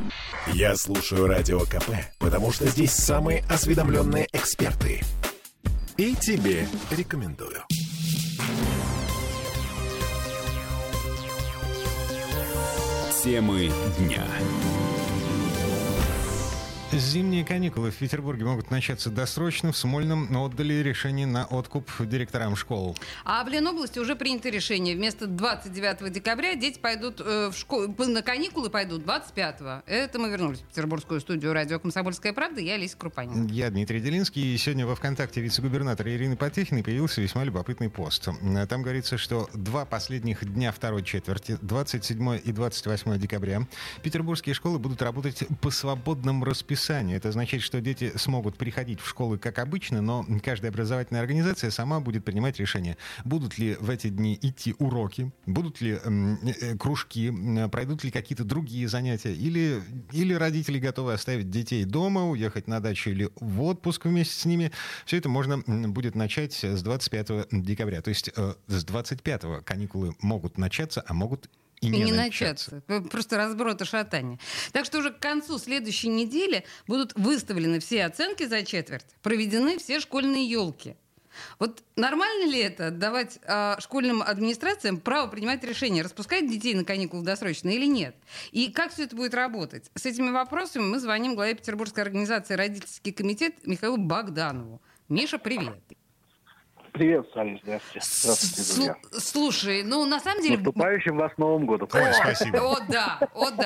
Я слушаю Радио КП, потому что здесь самые осведомленные эксперты. И тебе рекомендую. Темы дня. Зимние каникулы в Петербурге могут начаться досрочно. В Смольном отдали решение на откуп директорам школ. А в Ленобласти уже принято решение. Вместо 29 декабря дети пойдут в школу, на каникулы пойдут 25-го. Это мы вернулись в петербургскую студию радио «Комсомольская правда». Я Олеся Крупанина. Я Дмитрий Делинский. И сегодня во ВКонтакте вице-губернатора Ирины Потехиной появился весьма любопытный пост. Там говорится, что 2 последних дня второй четверти, 27 и 28 декабря, петербургские школы будут работать по свободному расписанию. Это означает, что дети смогут приходить в школы как обычно, но каждая образовательная организация сама будет принимать решение, будут ли в эти дни идти уроки, будут ли кружки, пройдут ли какие-то другие занятия, или родители готовы оставить детей дома, уехать на дачу или в отпуск вместе с ними. Все это можно будет начать с 25 декабря. То есть с 25-го каникулы могут начаться, а могут и не начаться. Просто разброд и шатание. Так что уже к концу следующей недели будут выставлены все оценки за четверть, проведены все школьные елки. Вот нормально ли это, давать школьным администрациям право принимать решения, распускать детей на каникулы досрочно или нет? И как все это будет работать? С этими вопросами мы звоним главе Петербургской организации «Родительский комитет» Михаилу Богданову. Миша, привет. Привет, Салли, здравствуйте. Здравствуйте, друзья. Слушай, на самом деле... С наступающим вас Новым годом. Спасибо. О, да.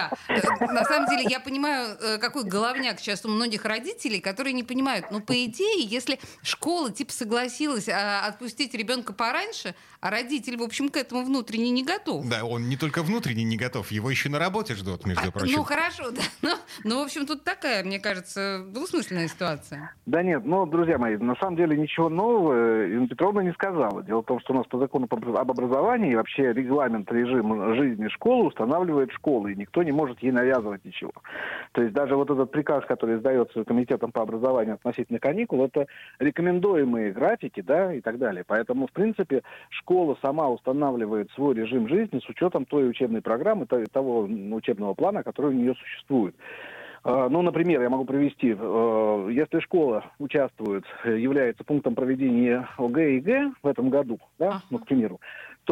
На самом деле, я понимаю, какой головняк сейчас у многих родителей, которые не понимают. По идее, если школа согласилась отпустить ребенка пораньше, а родитель, в общем, к этому внутренне не готов. Да, он не только внутренне не готов, его еще на работе ждут, между прочим. Хорошо, да. В общем, тут такая, мне кажется, двусмысленная ситуация. Да нет, друзья мои, на самом деле ничего нового Ирина Петровна не сказала. Дело в том, что у нас по закону об образовании вообще регламент режима жизни школы устанавливает школа, и никто не может ей навязывать ничего. То есть даже вот этот приказ, который издается комитетом по образованию относительно каникул, это рекомендуемые графики, да, и так далее. Поэтому, в принципе, школа сама устанавливает свой режим жизни с учетом той учебной программы, того учебного плана, который у нее существует. Например, я могу привести, если школа участвует, является пунктом проведения ОГЭ и ЕГЭ в этом году, да, к примеру,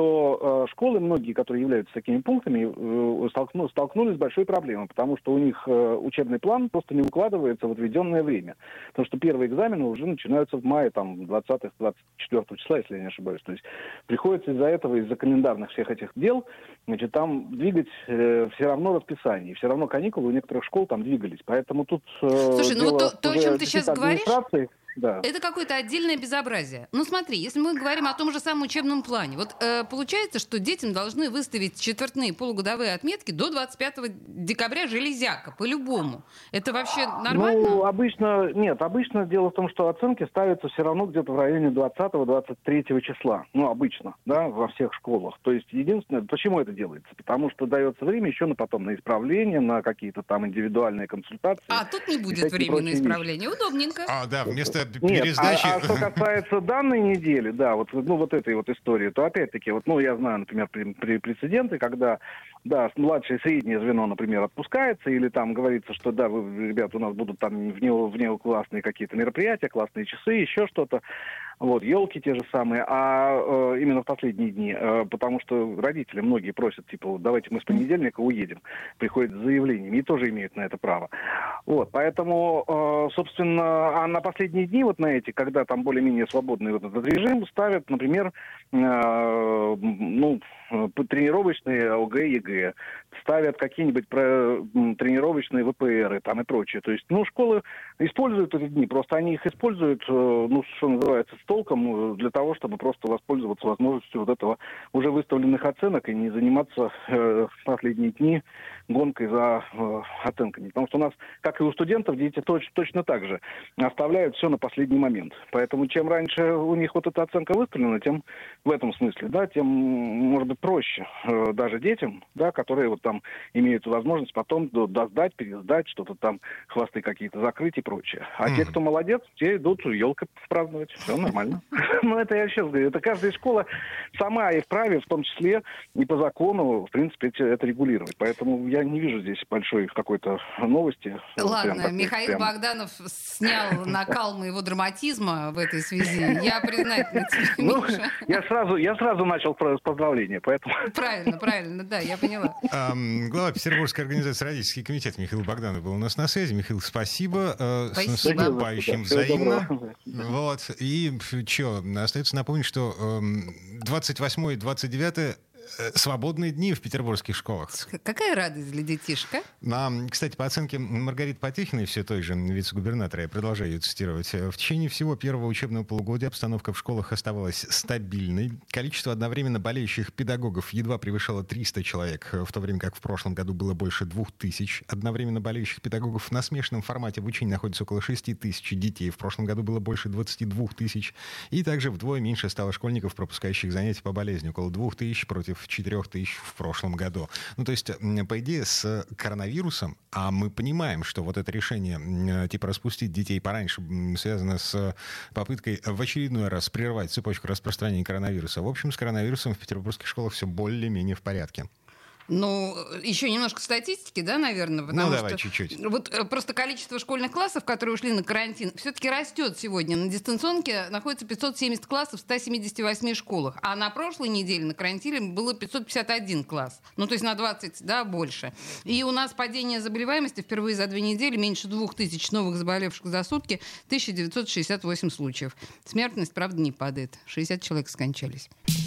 то школы, многие, которые являются такими пунктами, столкнулись с большой проблемой, потому что у них учебный план просто не укладывается в отведенное время. Потому что первые экзамены уже начинаются в мае, 20-24 числа, если я не ошибаюсь. То есть приходится из-за этого, из-за календарных всех этих дел, там двигать все равно расписание. Все равно каникулы у некоторых школ там двигались. Поэтому тут... Слушай, то, о чем ты сейчас говоришь... Да. Это какое-то отдельное безобразие. Смотри, если мы говорим о том же самом учебном плане, получается, что детям должны выставить четвертные полугодовые отметки до 25 декабря железяка, по-любому. Это вообще нормально? Обычно дело в том, что оценки ставятся все равно где-то в районе 20-23 числа. Обычно, да, во всех школах. То есть, единственное, почему это делается? Потому что дается время еще потом на исправление, на какие-то индивидуальные консультации. А тут не будет времени на исправление. Удобненько. Да, вместо пересдачи... Нет, что касается данной недели, да, вот этой истории, то опять-таки, я знаю, например, прецеденты, когда, да, младшее и среднее звено, например, отпускается, или там говорится, что, да, ребята, у нас будут там внеклассные какие-то мероприятия, классные часы, еще что-то, елки те же самые, а именно в последние дни, потому что родители многие просят, давайте мы с понедельника уедем, приходят с заявлениями, и тоже имеют на это право. Поэтому, собственно, а на последние дни, на эти, когда там более-менее свободный этот режим, ставят, например, тренировочные ОГЭ, ЕГЭ, ставят какие-нибудь тренировочные ВПРы там и прочее. То есть, школы используют эти дни, просто они их используют, что называется, с толком, для того, чтобы просто воспользоваться возможностью этого уже выставленных оценок и не заниматься последние дни гонкой за оценками. Потому что у нас, как как и у студентов, дети точно так же оставляют все на последний момент. Поэтому чем раньше у них вот эта оценка выставлена, тем в этом смысле, да, тем, может быть, проще даже детям, да, которые вот там имеют возможность потом досдать, пересдать, что-то там, хвосты какие-то закрыть и прочее. А те, кто молодец, те идут елкой праздновать. Все нормально. Ну, это я сейчас говорю. Это каждая школа сама и вправе, в том числе и по закону, в принципе, это регулировать. Поэтому я не вижу здесь большой какой-то новости. Ладно, Михаил Богданов снял накал моего драматизма в этой связи. Я признательна тебе, Миша. Я сразу начал с поздравления, поэтому... Правильно, да, я поняла. Глава Петербургской организации «Родительский комитет» Михаил Богданов был у нас на связи. Михаил, спасибо. Спасибо. С наступающим взаимно. Вот. И что, остается напомнить, что 28 и 29 свободные дни в петербургских школах. Какая радость для детишек, а? Кстати, по оценке Маргариты Потехиной, все той же вице-губернатора, я продолжаю ее цитировать, в течение всего первого учебного полугодия обстановка в школах оставалась стабильной. Количество одновременно болеющих педагогов едва превышало 300 человек, в то время как в прошлом году было больше 2000. Одновременно болеющих педагогов на смешанном формате обучения находится около 6000 детей. В прошлом году было больше 22 тысяч. И также вдвое меньше стало школьников, пропускающих занятия по болезни. Около 2000 против 4000 в прошлом году. Ну, то есть, по идее, с коронавирусом, а мы понимаем, что вот это решение, типа, распустить детей пораньше, связано с попыткой в очередной раз прервать цепочку распространения коронавируса. В общем, с коронавирусом в петербургских школах все более-менее в порядке. Ну, еще немножко статистики, да, наверное? Потому давай, что чуть-чуть. Вот просто количество школьных классов, которые ушли на карантин, все-таки растет сегодня. На дистанционке находится 570 классов в 178 школах. А на прошлой неделе на карантине было 551 класс. Ну, то есть на 20, да, больше. И у нас падение заболеваемости впервые за 2 недели меньше 2000 новых заболевших за сутки, 1968 случаев. Смертность, правда, не падает. 60 человек скончались.